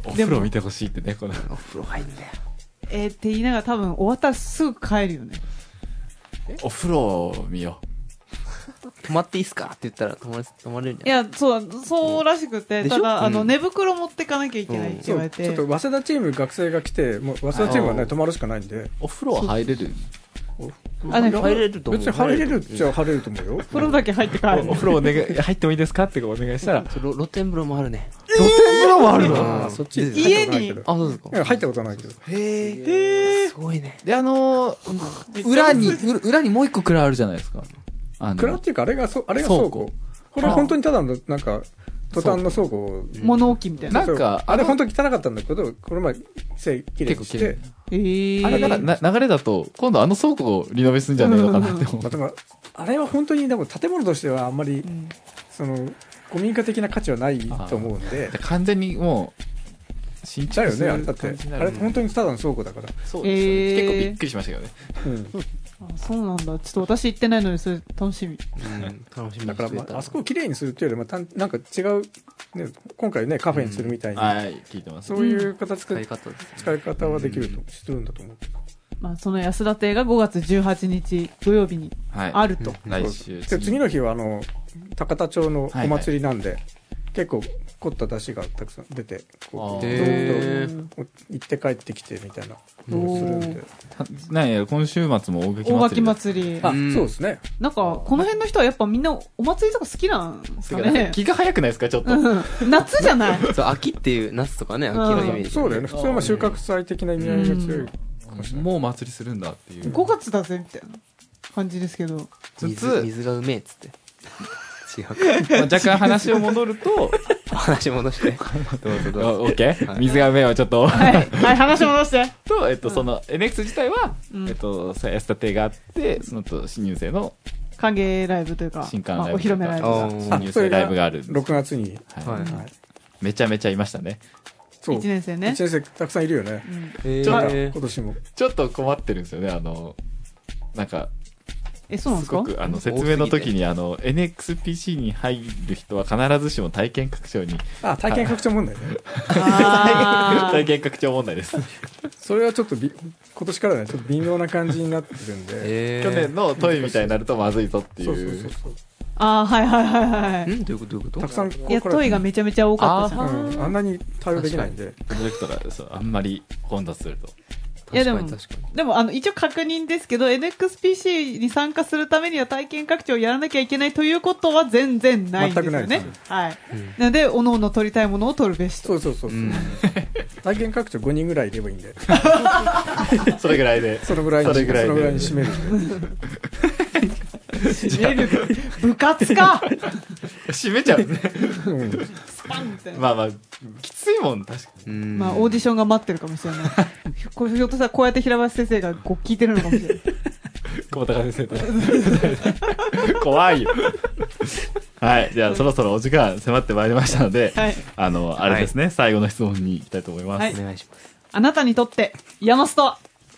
お風呂見てほしいってね、この。 お風呂入んだよ。 えー、って言いながら多分終わったらすぐ帰るよね。 お風呂を見よ泊まっていいっすかって言ったら泊まれ、泊まれるんじいゃないや、そう、そうらしくて、 でしょただ、あの、 うん寝袋持ってかなきゃいけないって言われて。 ちょっと早稲田チーム学生が来て、もう早稲田チームはね、 あー泊まるしかないんで。 う。お風呂は入れるあね入れると思う。 別に入れるっちゃ入れると思うよ。 風呂だけ入って帰る。 お風呂お願い、入ってもいいですかってお願いしたら、 露露天風呂もあるね。 露天風呂もあるのあーそっち家に入ったことないけどあ、そうですか。 いや入ったことはないけど。 へえ。 すごいね。 で、あのー、裏に、裏裏にもう一個蔵あるじゃないですか。あの蔵っていうか、あれがそ、あれが倉庫倉庫。 これは本当にただの、なんか、トタンの倉庫。 物置みたいな。 なんかそうあれ本当に汚かったんだけど、この前、せきれいにして結構綺麗。 えー。 あれなんかな流れだと、今度あの倉庫をリノベするんじゃねえのかなって思うまあ、。でもあれは本当に、でも建物としてはあんまり、 うんその、古民家的な価値はないと思うんで。 完全にもう、新だよね、 築するあれだって。 感じになるあれ本当にただの倉庫だから。 そうですよね、 えー結構びっくりしましたけどね。 うん。 あそうなんだ。ちょっと私行ってないのに、それ楽しみ。 うん。楽しみだから、 にしてたまあ、あそこをきれいにするっていうよりも、たんなんか違う、ね、今回ね、カフェにするみたいに、 はい、聞いてます。 そういう形で使い方ですね。 使い方はできると、するんだと思う。 まあ、その安田亭がごがつじゅうはちにち土曜日にはい。 あると。 来週。 で次の日は、あの、高田町のお祭りなんで、結構凝った出汁がたくさん出て、こう、 あーずへっと行って帰ってきてみたいなのをするんで。 たなんや、今週末も大垣祭り。 大垣祭り。 あ、 うんそうですね。 なんか、この辺の人はやっぱみんなお祭りとか好きなんですかね。 気が早くないですか、ちょっと。 うん夏じゃないそう、秋っていう、夏とかね、秋のイメージ。 そうだよね。普通はまあ収穫祭的な意味合いが強いかもしれない。 もう祭りするんだっていう。 ごがつだぜ、みたいな感じですけど。 水、水がうめえっつって。違うか。 まあ若干話を戻ると、 話戻して。どうぞどうぞ。 オッケーはい水が上をちょっと。 はい。はい、話戻して。 と、えっと、その エヌエックス 自体は、 うんえっと、安田亭があって、その後、新入生の歓迎ライブというか、 新刊ライブまあお披露目ライブあが。 ー新入生ライブがあるんです。 ろくがつに。 はいはい。 はい。 めちゃめちゃいましたね。 そう。 いちねん生ねいち。ねん生たくさんいるよね。 うんへちょっとー今年も。 ちょっと困ってるんですよね、あの、なんか、 え、そうなんですすかごく、あの、説明の時に、あの、エヌエックスピーシー に入る人は必ずしも体験拡張に、 あ、体験拡張問題ね。 あー体験拡張問題です。 それはちょっとび、今年からね、ちょっと微妙な感じになってるんで。 へー去年のトイみたいになるとまずいぞっていそうそうそうう。 そう。 あー、はいはいはいはい。 んどういうことどういうことたくさんこいや、 こからトイがめちゃめちゃ多かったじゃん。 うん、あんなに対応できないんで。 プロジェクトがそうあんまり混雑すると。 いやでも確かに確かに。 でも、あの、一応確認ですけど、エヌエックスピーシー に参加するためには体験拡張をやらなきゃいけないということは全然ないんですよ全くないねです。 はい。 うんなので、おのおの取りたいものを取るべしと。 そうそうそうそうう。 ん。 体験拡張ごにんぐらいいればいいんで。 それぐらいで。 そのぐらいに、 それぐらいでそのぐらいに締めるんで。 締める部活か閉めちゃうね。 うん。 スパンみたいな。 まあまあ、きついもん、確かうんまあ、オーディションが待ってるかもしれない。これひょっとしたら、こうやって平橋先生がこう聞いてるのかもしれない。 に。久保高先生と。怖いよ。はい。じゃあ、そろそろお時間迫ってまいりましたので、 はい。 あの、あれですね、最後の質問に行きたいと思います。 はいお願いします。 あなたにとって、イヤマスとは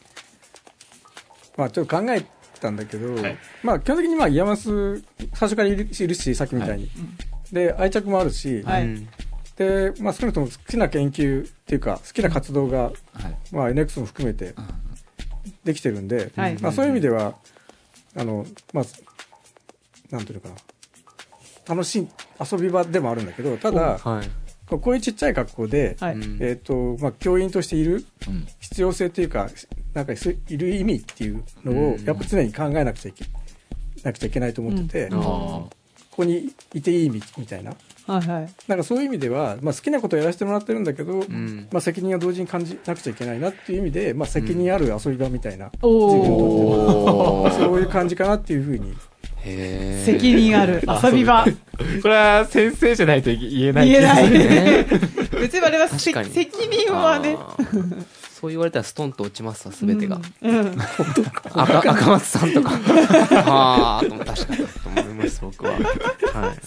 まあちょっと考えたんだけど、 はいまあ基本的にまあイヤマス、最初からいるいるし、さっきみたいに。で、愛着もあるし、 はいうんで、まあ少なくとも好きな研究っていうか、好きな活動が、 はい。 まあ エヌエックス も含めてできてるんで、 はいまあそういう意味では、あの、まあ、なんていうのかな。楽しい遊び場でもあるんだけど、ただ、 はい。 こうこういうちっちゃい学校で、 はい。 うんえっ、と、まあ教員としているうん。 必要性っていうか、なんかすいる意味っていうのをう、んやっぱ常に考えなくちゃいけなくちゃいけないと思ってて、 うんこあこにいていいみみたいな。 はいはい。 なんかそういう意味では、まあ好きなことをやらせてもらってるんだけど、 うん。 まあ責任を同時に感じなくちゃいけないなっていう意味で、まあ責任ある遊び場みたいな、 お自分にとっておはそういう感じかなっていうふうに。 へー責任ある遊び場。 ーこれは先生じゃないと言えない。 言えない。 ね別に我々せ確かに責任はね。 あーそう言われたらストンと落ちますわ、すべてが。 うん。うん赤赤松さんとか。ああ、とも確かにと思います、僕は。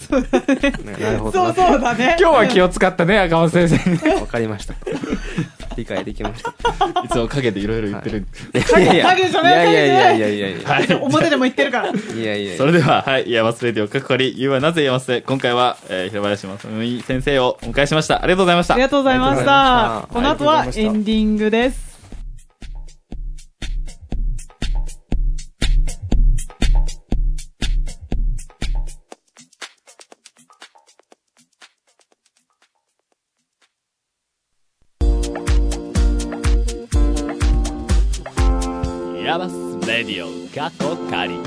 はい。ねなるほどな。 そうそうだね。 今日は気を使ったね、赤松先生。 わかりました。い理解できました。 いつも陰でいろいろ言ってる。 いやいや影じゃいないやいやいやいやいやいや。 はい。 表でも言ってるから。 いやいやいや。 それでは、はい、イヤマスレディオかっこかり、ゆうはなぜイヤマスで、今回は、えー、平林正美先生をお迎えしました。ありがとうございました。 ありがとうございましありがとうございました。 たこの後はエンディングです。 イヤマスレディオかっこかり。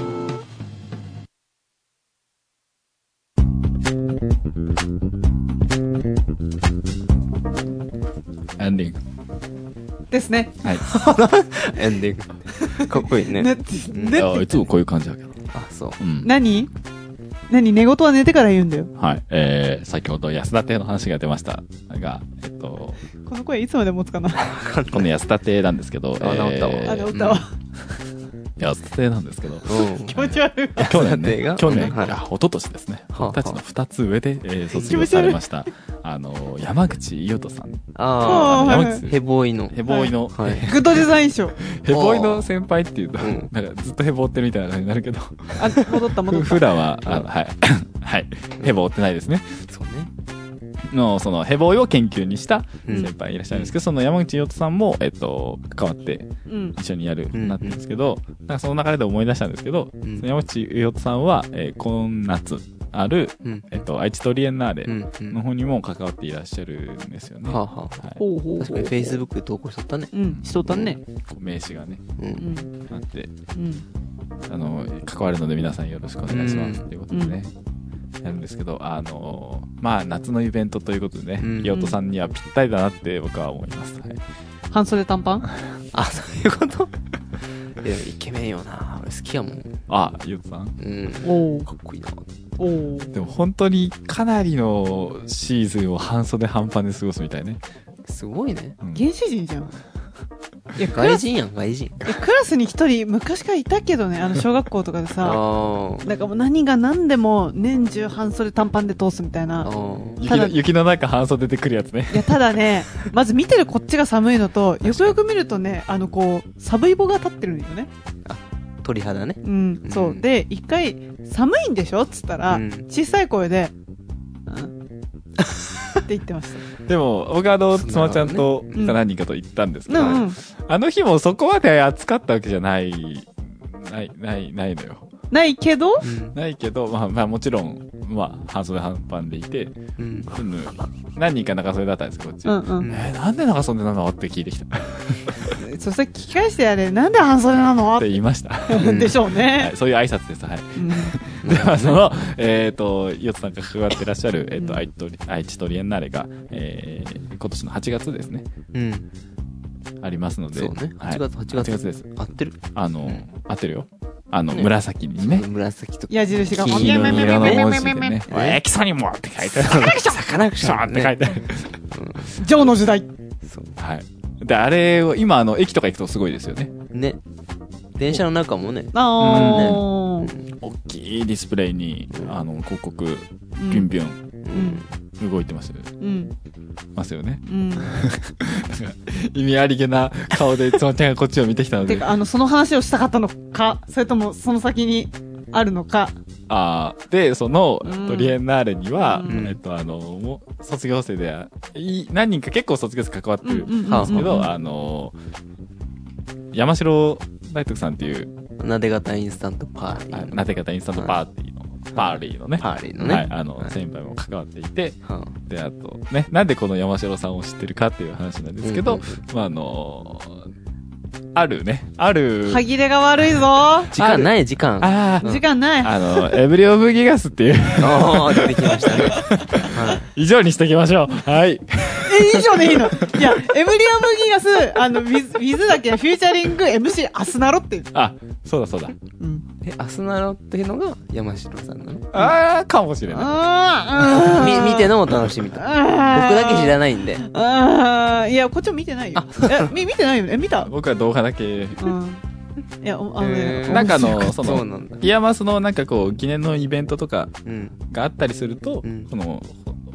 エンディング。 ですね。 はい。 エンディング。かっこいいね。 ね、 うんねあいつもこういう感じだけど。 あ、そう。 うん。 何何寝言は寝てから言うんだよ。 はい。えー、先ほど安田亭の話が出ましたが、えっと、 この声いつまで持つかな。 この安田亭なんですけど、 あ治ったわえーあ、治ったわ。 安田亭なんですけど、 うん。 気持ち悪いわ。 去年ね安田亭が、 去年、 はいあ、一昨年ですね。 はあ僕たちの二つ上で、えー卒業されました。あの、山口伊代人さん。 ああー山はい口ヘボーイの。 ヘボーイの、 はい。 グッドデザイン賞。 ヘボーイの先輩っていうと、 うんなんかずっとヘボーってるみたいな感じになるけど、 あ、戻った戻ふった。 普段は、あのはい。はい。ヘボーってないですね。 そうね。 の、その、ヘボーイを研究にしたうん先輩いらっしゃるんですけど、その山口伊代人さんも、えっと、関わってうん。 一緒にやる、 うんなってるんですけど、なんかその流れで思い出したんですけど、 うんその山口伊代人さんは、えー今夏ある、 うん。 えっと、愛知トリエンナーレうん。うん。はの方にも関わっていらっしゃるんですよね。 あ、はあ。 はい。 ほうほうほう。 確かに Facebook で投稿しとったね。 うん、しとったね。 こう名刺がね、 う。 うんん。 あって、 うん。 あの、関わるので皆さんよろしくお願いしますっていうことでね、やるんですけど、あの、まあ、夏のイベントということでね、 うん伊代人さんにはぴったりだなって僕は思います。はい。 半袖短パンあ、そういうこといや、イケメンよな。俺好きやもん。 あ、伊代人さん。 うん。 おーかっこいいな。 おーでも本当にかなりのシーズンを半袖半パンで過ごすみたいね。 すごいね。 うん原始人じゃん。いや、クラス、い外人やん、外人。 やクラスに一人昔からいたけどね、あの小学校とかでさ、 あなんかもう何が何でも年中半袖短パンで通すみたいあ。あな。 あ。 雪ただの雪の中半袖で来るやつね。 いや、ただね、まず見てるこっちが寒いのと、よくよく見るとね、あのこう、サブイボが立ってるんよね。 鳥肌ね。 うん、そうう。 んで、一回、寒いんでしょっつったら、 うん小さい声で、うんって言ってました。 でも、僕あの、 そんな妻ちゃんとうん何人かと行ったんですけど、 うんうん。 あの日もそこまで暑かったわけじゃない、ない、ない、ないのよ。 ないけど、 うん。 ないけど、まあまあもちろん、まあ、半袖半パンでいて、 うん。 うん何人か長袖だったんですよ、こっち。 うんうん。 えーなんで長袖なのって聞いてきた。っそして聞き返してやれ、なんで半袖なのて言いました。 んでしょうはねい、。そういう挨拶です。はい。 うんでは、その、えっ、と、いよつさんが関わってらっしゃる、えっ、と、 うん愛知トリ愛知トリエンナーレが、えー、今年のはちがつですね、 うん。 ありますので。 そうね。 はいはちがつ、はちがつ。 はちがつです。 合ってる。 あの、 うん合ってるよ。あの、 ね紫にね、 紫と。 矢印が、 黄黄色色の文字でね、 ねえー、基礎にもって書いてある。 サカナクションって書いてある。 ジョーの時代。 そう。 はい。で、あれを、今、あの、駅とか行くとすごいですよね。 ね。電車の中もね。 あー。 大きいディスプレイに、あの、広告、ビうんュンビュうん。 ン、動いてます、 うん。 ますよね。 うん。 意味ありげな顔で、つまちゃんがこっちを見てきたので。 てか、あの、その話をしたかったのか、それともその先にあるのか。 あーで、そのうん、 トリエンナーレには、 うんえっと、あの、もう、卒業生で、い何人か結構卒業生関わってるんうんうんですけど、 うんうんあの、山城大徳さんっていう、 なで型インスタントパーティーの。 あなで方インスタントパーティーの、パーリーのね、 パーリーのね。 はい、あの、 はい先輩も関わっていて、 はで、あと、ね、なんでこの山城さんを知ってるかっていう話なんですけど、 うんうんまあ、あの、あるね、ある、 歯切れが悪いぞ。 あ時間ない時間。あああ、 時間ない。 あの、エブリオブギガスっていう、 あー、出てきましたね。は以上にしておきましょう。はい。 え、以上でいいのいや、エブリオムギガス、あの、ウィズ、ウィズだけ、フューチャリング エムシー アスナロっていう。 あ、そうだそうだ。 うん。 い。え、アスナロっていうのが山城さんなのああ、かもしれない。 あー、 み、見てのお楽しみと。僕僕だけ知らないんで。 あー、いや、こっちも見てないよ。え、み、見てないよねえ、見た僕は動画だけ。 うん。いや、おあのねへーなんかあの、そそうの、 なんだ。 イヤマスのなんかこう、記念のイベントとかうん。 があったりすると、 うんこの、ほ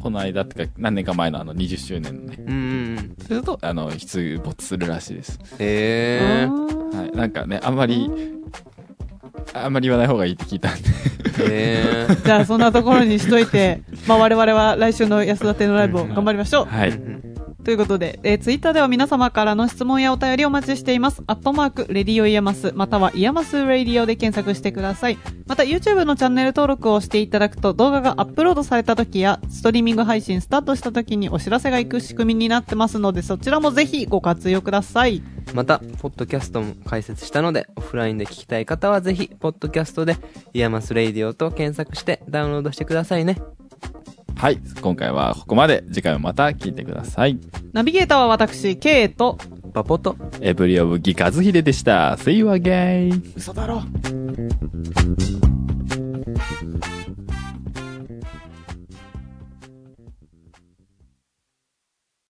この間ってか、何年か前のあのにじゅっしゅうねんのね。 うんうん。 すると、あの、出没するらしいです。 へえ。 はい。なんかね、あんまり、あんまり言わない方がいいって聞いたんで。 へえ。 じゃあそんなところにしといて、まあ我々は来週の安田亭のライブを頑張りましょう。 はい。 ということで、えー、ツイッターでは皆様からの質問やお便りをお待ちしています。アットマーク、レディオイヤマス、またはイヤマスラディオで検索してください。また YouTube のチャンネル登録をしていただくと動画がアップロードされた時やストリーミング配信スタートした時にお知らせが行く仕組みになってますので、そちらもぜひご活用ください。 また、ポッドキャストも開設したので、オフラインで聞きたい方はぜひ、ポッドキャストでイヤマスラディオと検索してダウンロードしてくださいね。 はい。今回はここまで。次回もまた聞いてください。 ナビゲーターは私、ケイと、 パポと、 エブリオブギカズヒデでした。See you again! 嘘だろ。